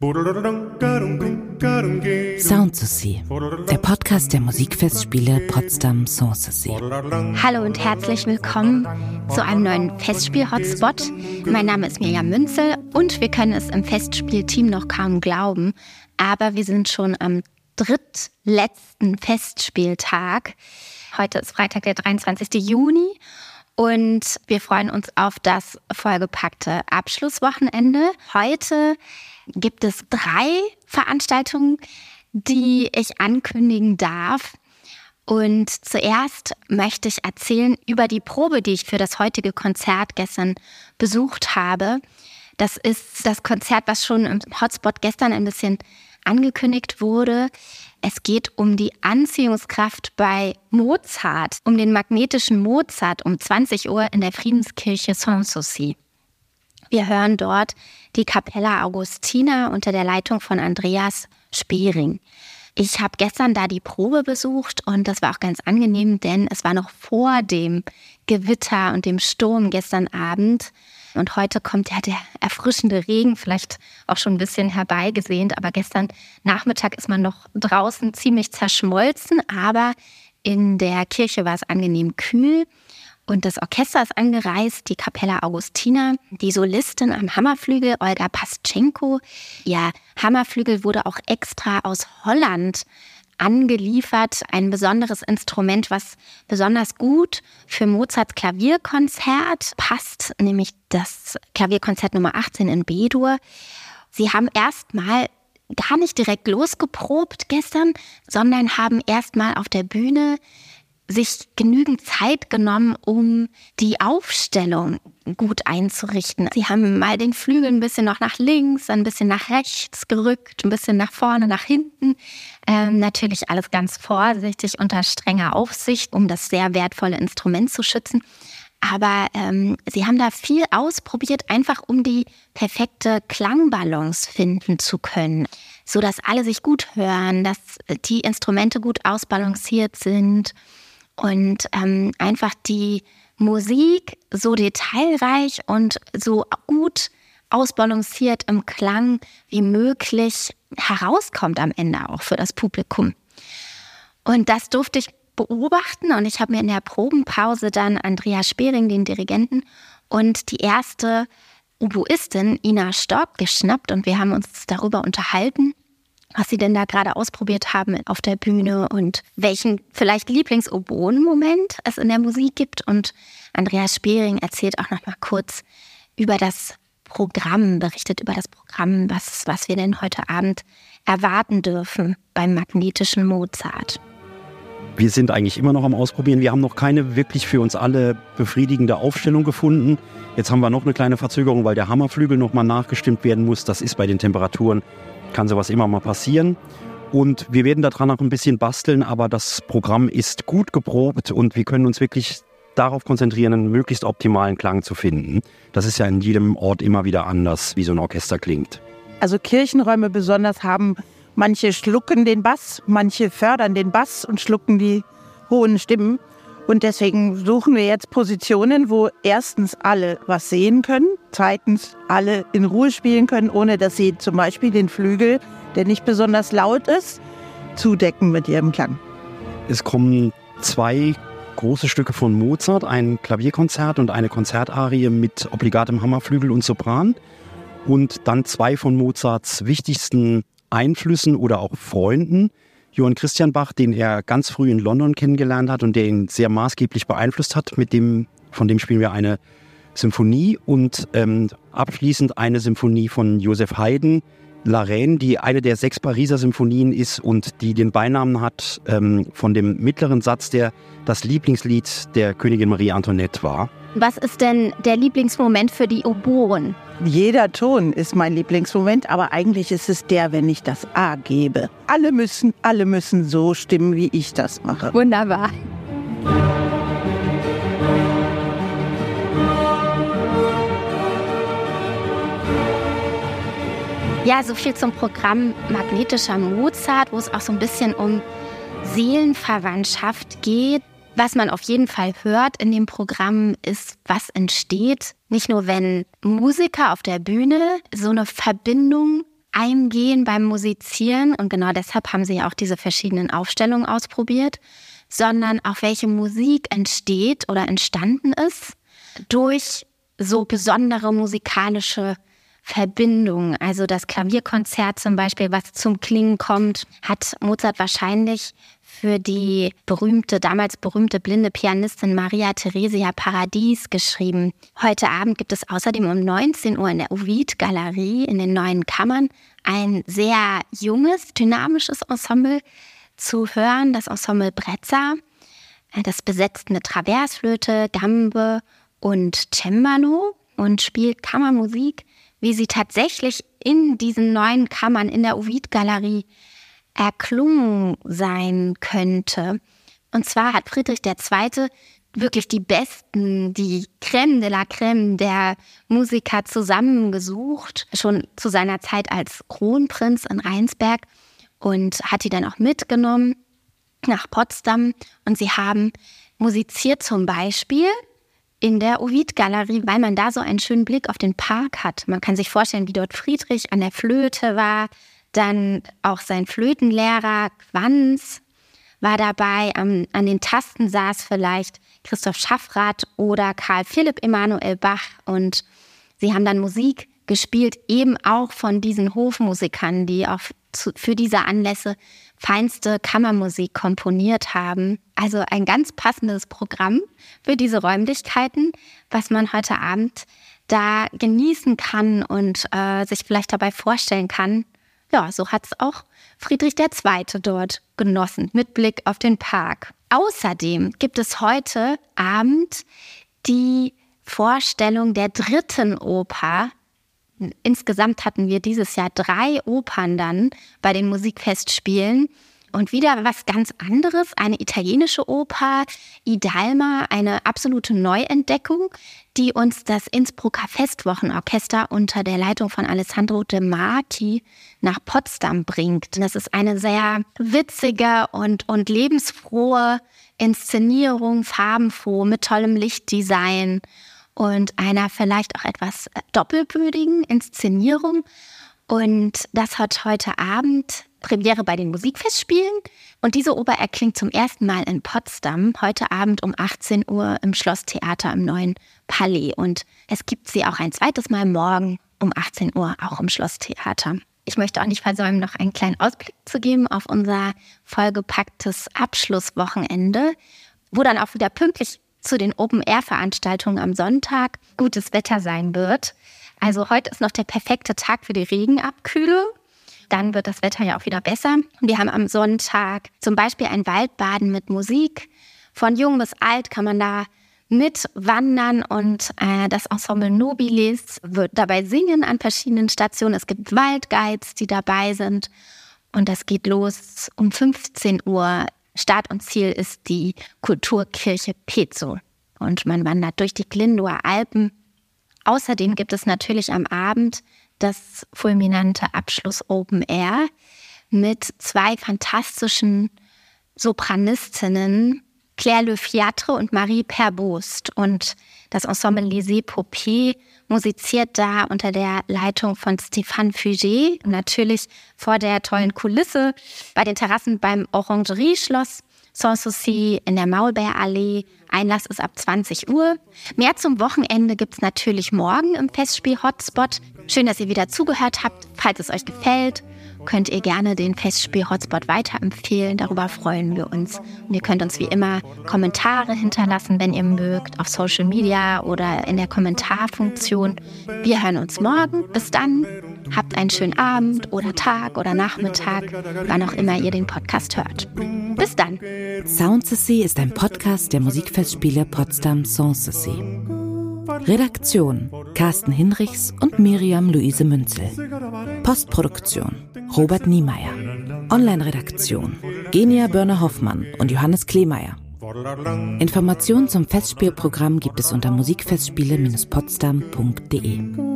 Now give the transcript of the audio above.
Sanssouci, der Podcast der Musikfestspiele Potsdam Sanssouci. Hallo und herzlich willkommen zu einem neuen Festspiel-Hotspot. Mein Name ist Mirjam Münzel und wir können es im Festspielteam noch kaum glauben, aber wir sind schon am drittletzten Festspieltag. Heute ist Freitag, der 23. Juni. Und wir freuen uns auf das vollgepackte Abschlusswochenende. Heute gibt es 3 Veranstaltungen, die ich ankündigen darf. Und zuerst möchte ich erzählen über die Probe, die ich für das heutige Konzert gestern besucht habe. Das ist das Konzert, was schon im Hotspot gestern ein bisschen angekündigt wurde. Es geht um die Anziehungskraft bei Mozart, um den magnetischen Mozart um 20 Uhr in der Friedenskirche Sanssouci. Wir hören dort die Capella Augustina unter der Leitung von Andreas Spering. Ich habe gestern da die Probe besucht und das war auch ganz angenehm, denn es war noch vor dem Gewitter und dem Sturm gestern Abend. Und heute kommt ja der erfrischende Regen, vielleicht auch schon ein bisschen herbeigesehnt. Aber gestern Nachmittag ist man noch draußen ziemlich zerschmolzen. Aber in der Kirche war es angenehm kühl. Und das Orchester ist angereist, die Capella Augustina, die Solistin am Hammerflügel, Olga Paschenko. Ihr Hammerflügel wurde auch extra aus Holland angeliefert. Ein besonderes Instrument, was besonders gut für Mozarts Klavierkonzert passt, nämlich das Klavierkonzert Nummer 18 in B-Dur. Sie haben erstmal gar nicht direkt losgeprobt gestern, sondern haben erstmal auf der Bühne sich genügend Zeit genommen, um die Aufstellung gut einzurichten. Sie haben mal den Flügel ein bisschen noch nach links, ein bisschen nach rechts gerückt, ein bisschen nach vorne, nach hinten. Natürlich alles ganz vorsichtig unter strenger Aufsicht, um das sehr wertvolle Instrument zu schützen. Aber sie haben da viel ausprobiert, einfach um die perfekte Klangbalance finden zu können, sodass alle sich gut hören, dass die Instrumente gut ausbalanciert sind. Und einfach die Musik so detailreich und so gut ausbalanciert im Klang wie möglich herauskommt am Ende auch für das Publikum. Und das durfte ich beobachten und ich habe mir in der Probenpause dann Andreas Spering, den Dirigenten, und die erste Oboistin Ina Stock geschnappt und wir haben uns darüber unterhalten, was sie denn da gerade ausprobiert haben auf der Bühne und welchen vielleicht Lieblingsoboen-Moment es in der Musik gibt. Und Andreas Spering erzählt auch noch mal kurz über das Programm, berichtet über das Programm, was wir denn heute Abend erwarten dürfen beim magnetischen Mozart. Wir sind eigentlich immer noch am Ausprobieren. Wir haben noch keine wirklich für uns alle befriedigende Aufstellung gefunden. Jetzt haben wir noch eine kleine Verzögerung, weil der Hammerflügel noch mal nachgestimmt werden muss. Das ist bei den Temperaturen, kann sowas immer mal passieren. Und wir werden daran noch ein bisschen basteln, aber das Programm ist gut geprobt und wir können uns wirklich darauf konzentrieren, einen möglichst optimalen Klang zu finden. Das ist ja in jedem Ort immer wieder anders, wie so ein Orchester klingt. Also Kirchenräume besonders haben, manche schlucken den Bass, manche fördern den Bass und schlucken die hohen Stimmen. Und deswegen suchen wir jetzt Positionen, wo erstens alle was sehen können, zweitens alle in Ruhe spielen können, ohne dass sie zum Beispiel den Flügel, der nicht besonders laut ist, zudecken mit ihrem Klang. Es kommen 2 große Stücke von Mozart, ein Klavierkonzert und eine Konzertarie mit obligatem Hammerflügel und Sopran. Und dann 2 von Mozarts wichtigsten Einflüssen oder auch Freunden. Johann Christian Bach, den er ganz früh in London kennengelernt hat und der ihn sehr maßgeblich beeinflusst hat. Von dem spielen wir eine Symphonie und abschließend eine Symphonie von Joseph Haydn, La Reine, die eine der 6 Pariser Symphonien ist und die den Beinamen hat von dem mittleren Satz, der das Lieblingslied der Königin Marie Antoinette war. Was ist denn der Lieblingsmoment für die Oboen? Jeder Ton ist mein Lieblingsmoment, aber eigentlich ist es der, wenn ich das A gebe. Alle müssen so stimmen, wie ich das mache. Wunderbar. Ja, so viel zum Programm Magnetischer Mozart, wo es auch so ein bisschen um Seelenverwandtschaft geht. Was man auf jeden Fall hört in dem Programm ist, was entsteht. Nicht nur, wenn Musiker auf der Bühne so eine Verbindung eingehen beim Musizieren, und genau deshalb haben sie ja auch diese verschiedenen Aufstellungen ausprobiert, sondern auch welche Musik entsteht oder entstanden ist durch so besondere musikalische Verbindungen. Also das Klavierkonzert zum Beispiel, was zum Klingen kommt, hat Mozart wahrscheinlich für die damals berühmte blinde Pianistin Maria Theresia Paradies geschrieben. Heute Abend gibt es außerdem um 19 Uhr in der Ovid-Galerie in den Neuen Kammern ein sehr junges, dynamisches Ensemble zu hören, das Ensemble Brezza. Das besetzt mit Traversflöte, Gambe und Cembalo und spielt Kammermusik, wie sie tatsächlich in diesen Neuen Kammern in der Ovid-Galerie erklungen sein könnte. Und zwar hat Friedrich II. Wirklich die Besten, die Crème de la Crème der Musiker zusammengesucht, schon zu seiner Zeit als Kronprinz in Rheinsberg, und hat die dann auch mitgenommen nach Potsdam. Und sie haben musiziert zum Beispiel in der Ovid-Galerie, weil man da so einen schönen Blick auf den Park hat. Man kann sich vorstellen, wie dort Friedrich an der Flöte war, dann auch sein Flötenlehrer Quanz war dabei, an den Tasten saß vielleicht Christoph Schaffrath oder Karl Philipp Emanuel Bach, und sie haben dann Musik gespielt, eben auch von diesen Hofmusikern, die auch für diese Anlässe feinste Kammermusik komponiert haben. Also ein ganz passendes Programm für diese Räumlichkeiten, was man heute Abend da genießen kann und sich vielleicht dabei vorstellen kann. Ja, so hat es auch Friedrich II. Dort genossen, mit Blick auf den Park. Außerdem gibt es heute Abend die Vorstellung der 3. Oper. Insgesamt hatten wir dieses Jahr 3 Opern dann bei den Musikfestspielen. Und wieder was ganz anderes, eine italienische Oper, Idalma, eine absolute Neuentdeckung, die uns das Innsbrucker Festwochenorchester unter der Leitung von Alessandro De Marchi nach Potsdam bringt. Das ist eine sehr witzige und lebensfrohe Inszenierung, farbenfroh, mit tollem Lichtdesign und einer vielleicht auch etwas doppelbödigen Inszenierung. Und das hat heute Abend Premiere bei den Musikfestspielen. Und diese Oper erklingt zum ersten Mal in Potsdam, heute Abend um 18 Uhr im Schlosstheater im Neuen Palais. Und es gibt sie auch ein zweites Mal morgen um 18 Uhr, auch im Schlosstheater. Ich möchte auch nicht versäumen, noch einen kleinen Ausblick zu geben auf unser vollgepacktes Abschlusswochenende, wo dann auch wieder pünktlich zu den Open-Air-Veranstaltungen am Sonntag gutes Wetter sein wird. Also heute ist noch der perfekte Tag für die Regenabkühlung. Dann wird das Wetter ja auch wieder besser. Wir haben am Sonntag zum Beispiel ein Waldbaden mit Musik. Von jung bis alt kann man da mitwandern und das Ensemble Nobilis wird dabei singen an verschiedenen Stationen. Es gibt Waldguides, die dabei sind, und das geht los um 15 Uhr. Start und Ziel ist die Kulturkirche Pezzo und man wandert durch die Glindower Alpen. Außerdem gibt es natürlich am Abend das fulminante Abschluss Open Air mit 2 fantastischen Sopranistinnen, Claire Le Fiatre und Marie Perbost. Und das Ensemble Les Epopées musiziert da unter der Leitung von Stéphane Fuget, natürlich vor der tollen Kulisse bei den Terrassen beim Orangerie-Schloss Sanssouci in der Maulbeerallee. Einlass ist ab 20 Uhr. Mehr zum Wochenende gibt es natürlich morgen im Festspiel-Hotspot. Schön, dass ihr wieder zugehört habt. Falls es euch gefällt, könnt ihr gerne den Festspiel-Hotspot weiterempfehlen. Darüber freuen wir uns. Und ihr könnt uns wie immer Kommentare hinterlassen, wenn ihr mögt, auf Social Media oder in der Kommentarfunktion. Wir hören uns morgen. Bis dann. Habt einen schönen Abend oder Tag oder Nachmittag, wann auch immer ihr den Podcast hört. Bis dann. Sanssouci ist ein Podcast der Musikfestspiele Potsdam Sanssouci. Redaktion: Carsten Hinrichs und Miriam Luise Münzel. Postproduktion: Robert Niemeyer. Online-Redaktion: Genia Börner-Hoffmann und Johannes Kleemeyer. Informationen zum Festspielprogramm gibt es unter musikfestspiele-potsdam.de.